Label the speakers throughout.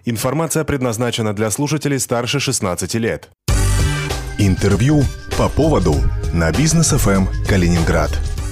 Speaker 1: Информация предназначена для слушателей старше 16 лет.
Speaker 2: Интервью по поводу на Бизнес ФМ Калининград.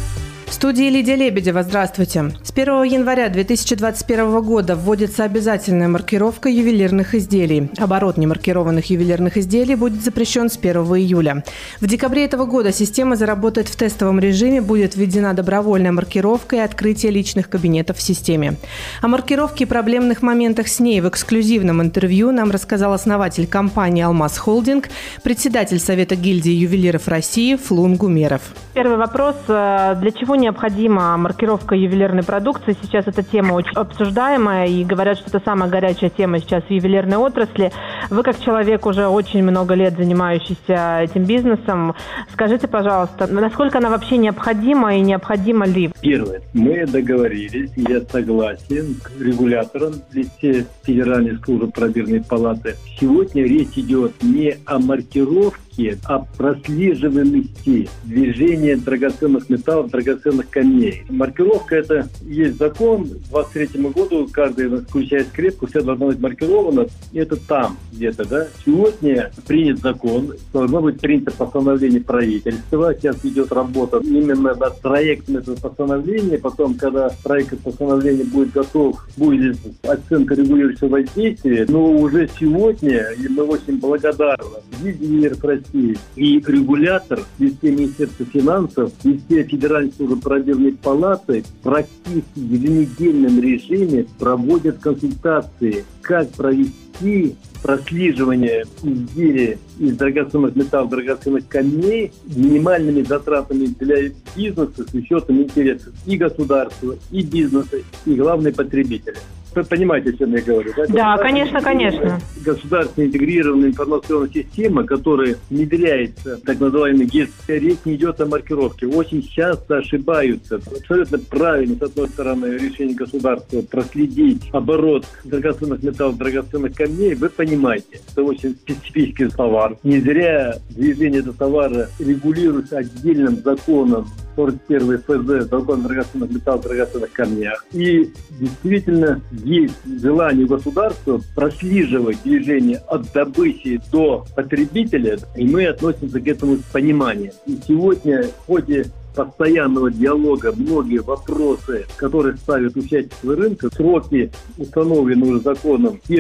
Speaker 3: В студии Лидия Лебедева. Здравствуйте. С 1 января 2021 года вводится обязательная маркировка ювелирных изделий. Оборот немаркированных ювелирных изделий будет запрещен с 1 июля. В декабре этого года система заработает в тестовом режиме, будет введена добровольная маркировка и открытие личных кабинетов в системе. О маркировке и проблемных моментах с ней в эксклюзивном интервью нам рассказал основатель компании «Алмаз Холдинг», председатель Совета гильдии ювелиров России Флун Гумеров.
Speaker 4: Первый вопрос. Для чего необходима маркировка ювелирной продукции? Сейчас эта тема очень обсуждаемая, и говорят, что это самая горячая тема сейчас в ювелирной отрасли. Вы, как человек, уже очень много лет занимающийся этим бизнесом, скажите, пожалуйста, насколько она вообще необходима и необходима ли?
Speaker 5: Первое. Мы договорились, я согласен с регулятором Федеральной службы пробирной палаты. Сегодня речь идет не о маркировке, а прослеживаемости движения драгоценных металлов, драгоценных камней. Маркировка – это есть закон. К 2023 году каждый, включая скрепку, все должно быть маркировано. Это там где-то, да. Сегодня принят закон, должно быть принято постановление правительства. Сейчас идет работа именно над проектом этого постановления. Потом, когда проект постановления будет готов, будет оценка регулирующего воздействия. Но уже сегодня, и мы очень благодарны ювелиров России и регулятор, везде Министерство финансов, везде Федеральной службы пробирной палаты практически в еженедельном режиме проводят консультации, как провести прослеживание изделий из драгоценных металлов, драгоценных камней минимальными затратами для бизнеса с учетом интересов и государства, и бизнеса, и главные потребители. Вы понимаете, о чем я говорю?
Speaker 4: Да, конечно.
Speaker 5: Государственная интегрированная информационная система, которая внедряется, так называемый ГИС, речь не идет о маркировке. Очень часто ошибаются. Абсолютно правильно, с одной стороны, решение государства проследить оборот драгоценных металлов, драгоценных камней. Вы понимаете, это очень специфический товар. Не зря движение этого товара регулируется отдельным законом, 41 ФЗ, закон о драгоценных металлах, драгоценных камнях. И действительно есть желание государства прослеживать движение от добычи до потребителя, и мы относимся к этому с пониманием. И сегодня в ходе постоянного диалога многие вопросы, которые ставят участники рынка, сроки, установленные уже законом 1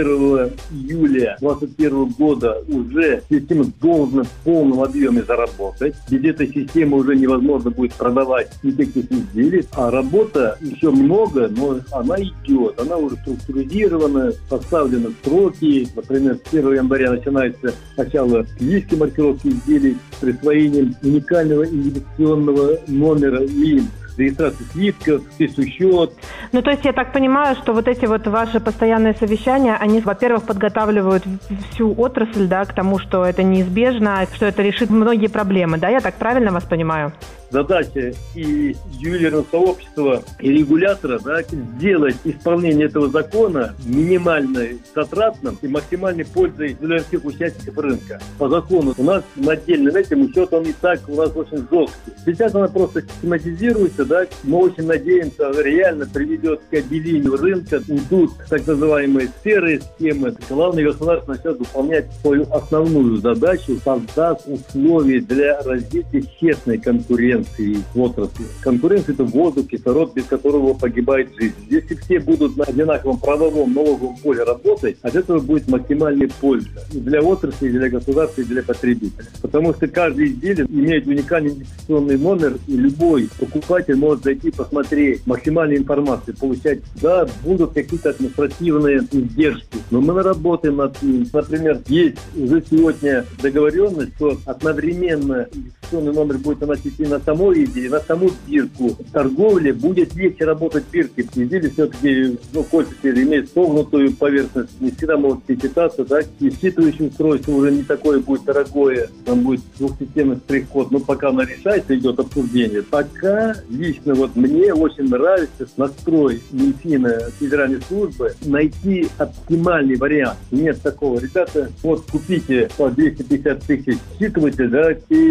Speaker 5: июля 2021 года, уже система должна в полном объеме заработать. Без этой системы уже невозможно будет продавать никаких изделий, а работа еще много, но она идет, она уже структуризирована, поставлены сроки. Например, с 1 января начинается начало физической маркировки изделий с присвоением уникального инвестиционного номера и регистрации свитков, спецучет.
Speaker 4: Ну, то есть я так понимаю, что вот эти вот ваши постоянные совещания, они, во-первых, подготавливают всю отрасль, да, к тому, что это неизбежно, что это решит многие проблемы, да? Я так правильно вас понимаю?
Speaker 5: Задача и ювелирного сообщества, и регулятора, да, сделать исполнение этого закона минимально затратным и максимальной пользой для всех участников рынка. По закону у нас отдельно этим учет, он и так у нас очень жесткий. Сейчас она просто систематизируется, да, мы очень надеемся, реально приведет к обелению рынка, идут так называемые серые схемы. Главное, государство начнет выполнять свою основную задачу, создаст условия для развития честной конкуренции в отрасли. Конкуренция – это воздух, кислород, без которого погибает жизнь. Если все будут на одинаковом правовом налоговом поле работать, от этого будет максимальная польза и для отрасли, и для государства, и для потребителя. Потому что каждый изделие имеет уникальный идентификационный номер, и любой покупатель может зайти, посмотреть максимальную информацию, получать. Да, будут какие-то административные издержки, но мы наработаем над ним. Например, есть уже сегодня договоренность, что одновременно идентификационный номер будет наносить и на самой изделие, на саму бирку. Торговля будет легче работать бирки. Изделие все-таки, кольца имеет согнутую поверхность, не всегда могут перечитаться, да, и считывающее устройство уже не такое будет дорогое, там будет двухсистемный штрих-код, но пока она решается, идет обсуждение. Пока лично вот мне очень нравится настрой Минфина, Федеральной службы, найти оптимальный вариант. Нет такого. Ребята, вот купите по 250 тысяч считыватель, да, и это ваш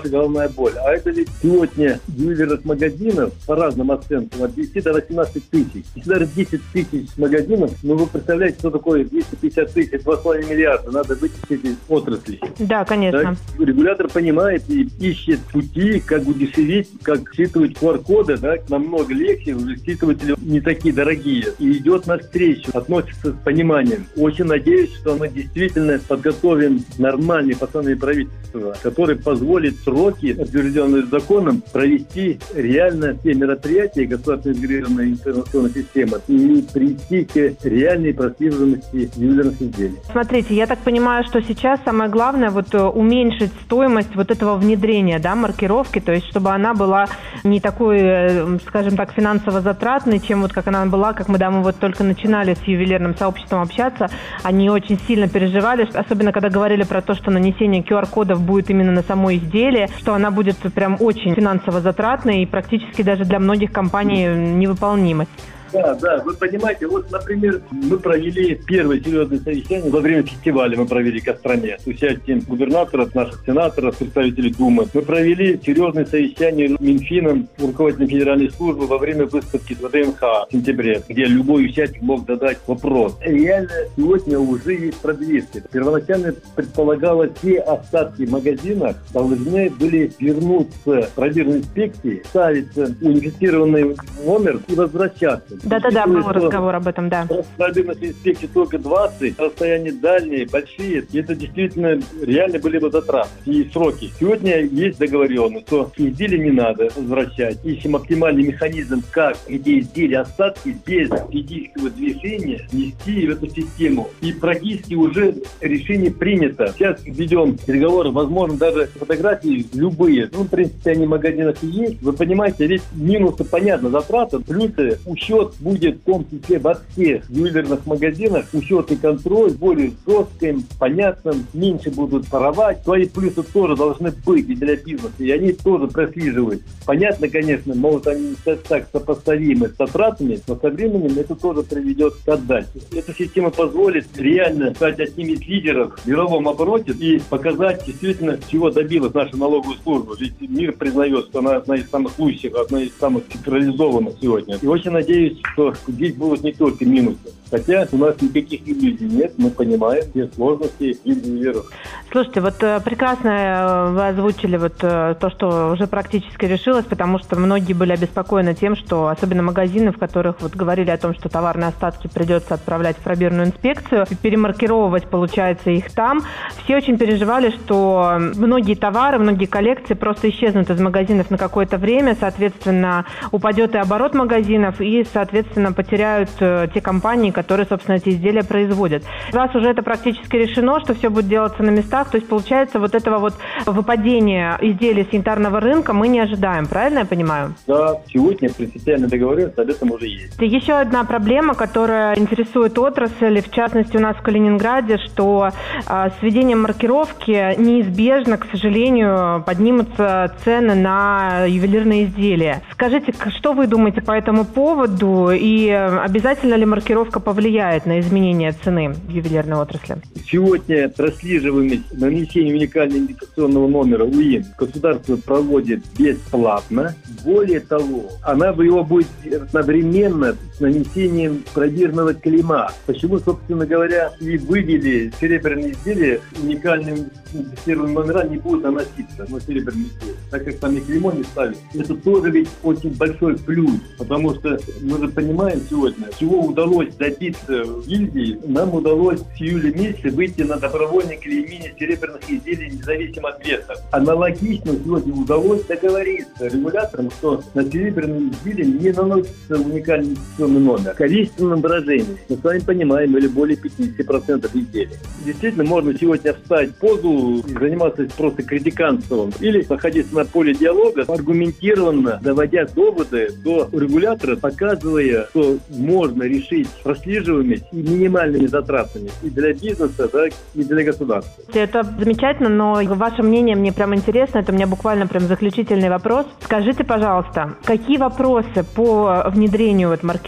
Speaker 5: ваша головная боль. А это ведь сегодня ювелирных магазинов, по разным оценкам, от 10 до 18 тысяч. Если даже 10 тысяч магазинов, вы представляете, что такое 250 тысяч, 2,5 миллиарда, надо вытащить из отрасли.
Speaker 4: Да, конечно.
Speaker 5: Так, регулятор понимает и ищет пути, как удешевить, как считывать QR-коды, намного легче, уже считыватели не такие дорогие. И идет навстречу, относится с пониманием. Очень надеюсь, что мы действительно подготовим нормальный постановление правительства, который позволит сроки, утвержденные законом, провести реально все мероприятия государственной интегрированной информационной системы и прийти к реальной прослеживаемости ювелирных изделий.
Speaker 4: Смотрите, я так понимаю, что сейчас самое главное уменьшить стоимость этого внедрения, маркировки, то есть чтобы она была не такой, скажем так, финансово затратной, чем как она была, когда мы только начинали с ювелирным сообществом общаться, они очень сильно переживали, особенно когда говорили про то, что нанесение QR-кодов будет именно на само изделие, что она будет прям очень финансово затратной и практически даже для многих компаний невыполнимой.
Speaker 5: Да, вы понимаете, например, мы провели первое серьезное совещание во время фестиваля, мы провели в Костроме, с участием губернаторов, наших сенаторов, представителей Думы. Мы провели серьезное совещание с Минфином, руководителем федеральной службы во время выставки ВДНХ в сентябре, где любой участник мог задать вопрос. Реально сегодня уже есть продвижки. Первоначально предполагалось, все остатки в магазинах должны были вернуться в проверенной инспекции, ставиться унифицированный номер и возвращаться.
Speaker 4: Да, был разговор об этом, да.
Speaker 5: Пробивность инспекции только 20, расстояния дальние, большие. И это действительно реально были бы затраты и сроки. Сегодня есть договоренность, что изделия не надо возвращать. Ищем оптимальный механизм, как эти изделия, остатки без физического движения нести в эту систему. И практически уже решение принято. Сейчас ведем переговоры, возможно, даже фотографии любые. В принципе, они в магазинах и есть. Вы понимаете, ведь минусы, понятно, затраты, плюсы, учет будет в том числе во всех ювелирных магазинах, учет и контроль более жестким, понятным, меньше будут воровать. Свои плюсы тоже должны быть и для бизнеса, и они тоже прослеживают. Понятно, конечно, могут они не так сопоставимы с затратами, но со временем это тоже приведет к отдаче. Эта система позволит реально стать одним из лидеров в мировом обороте и показать действительно, чего добилась наша налоговая служба. Ведь мир признает, что она одна из самых лучших, одна из самых централизованных сегодня. И очень надеюсь, что здесь будут не только минусы. Хотя у нас никаких иллюзий нет, мы понимаем все сложности и ювелиров.
Speaker 4: Слушайте, прекрасно вы озвучили то, что уже практически решилось, потому что многие были обеспокоены тем, что особенно магазины, в которых говорили о том, что товарные остатки придется отправлять в пробирную инспекцию, перемаркировывать, получается, их там. Все очень переживали, что многие товары, многие коллекции просто исчезнут из магазинов на какое-то время, соответственно, упадет и оборот магазинов, и, соответственно, потеряют те компании, которые, собственно, эти изделия производят. У вас уже это практически решено, что все будет делаться на местах, то есть, получается, этого выпадения изделий с янтарного рынка мы не ожидаем, правильно я понимаю?
Speaker 5: Да, сегодня принципиально договоренность об этом уже есть.
Speaker 4: Еще одна проблема, которая интересует отрасль, в частности, у нас в Калининграде, что с введением маркировки неизбежно, к сожалению, поднимутся цены на ювелирные изделия. Скажите, что вы думаете по этому поводу и обязательно ли маркировка повлияет на изменение цены в ювелирной отрасли?
Speaker 5: Сегодня прослеживаемость нанесения уникального идентификационного номера УИН государство проводит бесплатно. Более того, она его будет одновременно с нанесением пробирного клейма. Почему, собственно говоря, и вывели серебряные изделия, уникальным идентифицированным номера не будут наноситься на серебряные изделия, так как там и клеймо не ставят. Это тоже ведь очень большой плюс, потому что мы же понимаем сегодня, чего удалось добиться в гильдии. Нам удалось в июле месяце выйти на добровольное клеймение серебряных изделий независимо от веса. Аналогично сегодня удалось договориться регуляторам, что на серебряные изделия не наносится уникальный идентификационный номер. В количественном выражении, мы с вами понимаем, или более 50% изделий. Действительно, можно сегодня встать в позу и заниматься просто критиканством, или находиться на поле диалога, аргументированно доводя доводы до регулятора, показывая, что можно решить прослеживаемость и минимальными затратами и для бизнеса, и для государства.
Speaker 4: Это замечательно, но ваше мнение мне прям интересно, это у меня буквально прям заключительный вопрос. Скажите, пожалуйста, какие вопросы по внедрению маркировки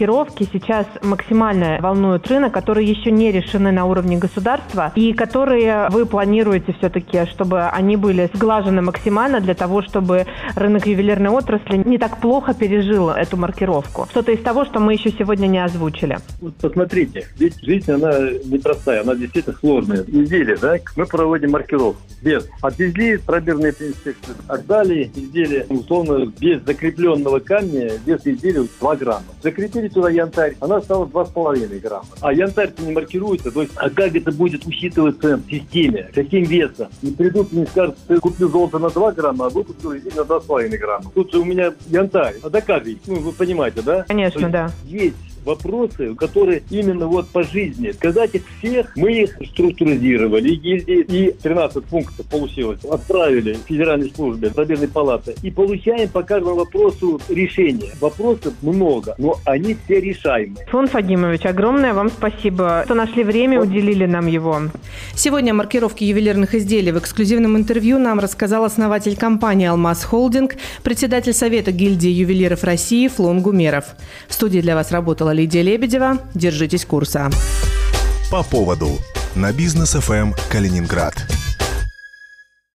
Speaker 4: маркировки сейчас максимально волнуют рынок, которые еще не решены на уровне государства и которые вы планируете все-таки, чтобы они были сглажены максимально для того, чтобы рынок ювелирной отрасли не так плохо пережил эту маркировку? Что-то из того, что мы еще сегодня не озвучили.
Speaker 5: Вот посмотрите, ведь жизнь, она непростая, она действительно сложная. Изделия, да, мы проводим маркировку. Без. Отвезли пробирные инспекции, отдали изделие, условно, без закрепленного камня, вес изделия 2 грамма. Закрепили туда янтарь, она стала 2,5 грамма. А янтарь-то не маркируется, то есть, а как это будет учитываться в системе? Каким весом? Не придут, не скажут, ты купил золото на 2 грамма, а выпустил изделие на 2,5 грамма. Тут же у меня янтарь. А докажи, вы понимаете, да?
Speaker 4: Конечно, да.
Speaker 5: Есть вопросы, которые именно вот по жизни. Сказать их всех, мы их структуризировали, и гильдии, и 13 пунктов получилось. Отправили в Федеральной службе, Пробирной палаты, и получаем по каждому вопросу решение. Вопросов много, но они все решаемые.
Speaker 4: Фон Фагимович, огромное вам спасибо, что нашли время, уделили нам его.
Speaker 3: Сегодня о маркировке ювелирных изделий в эксклюзивном интервью нам рассказал основатель компании «Алмаз Холдинг», председатель Совета гильдии ювелиров России Флон Гумеров. В студии для вас работала Лидия Лебедева. Держитесь курса.
Speaker 2: По поводу на Бизнес ФМ Калининград.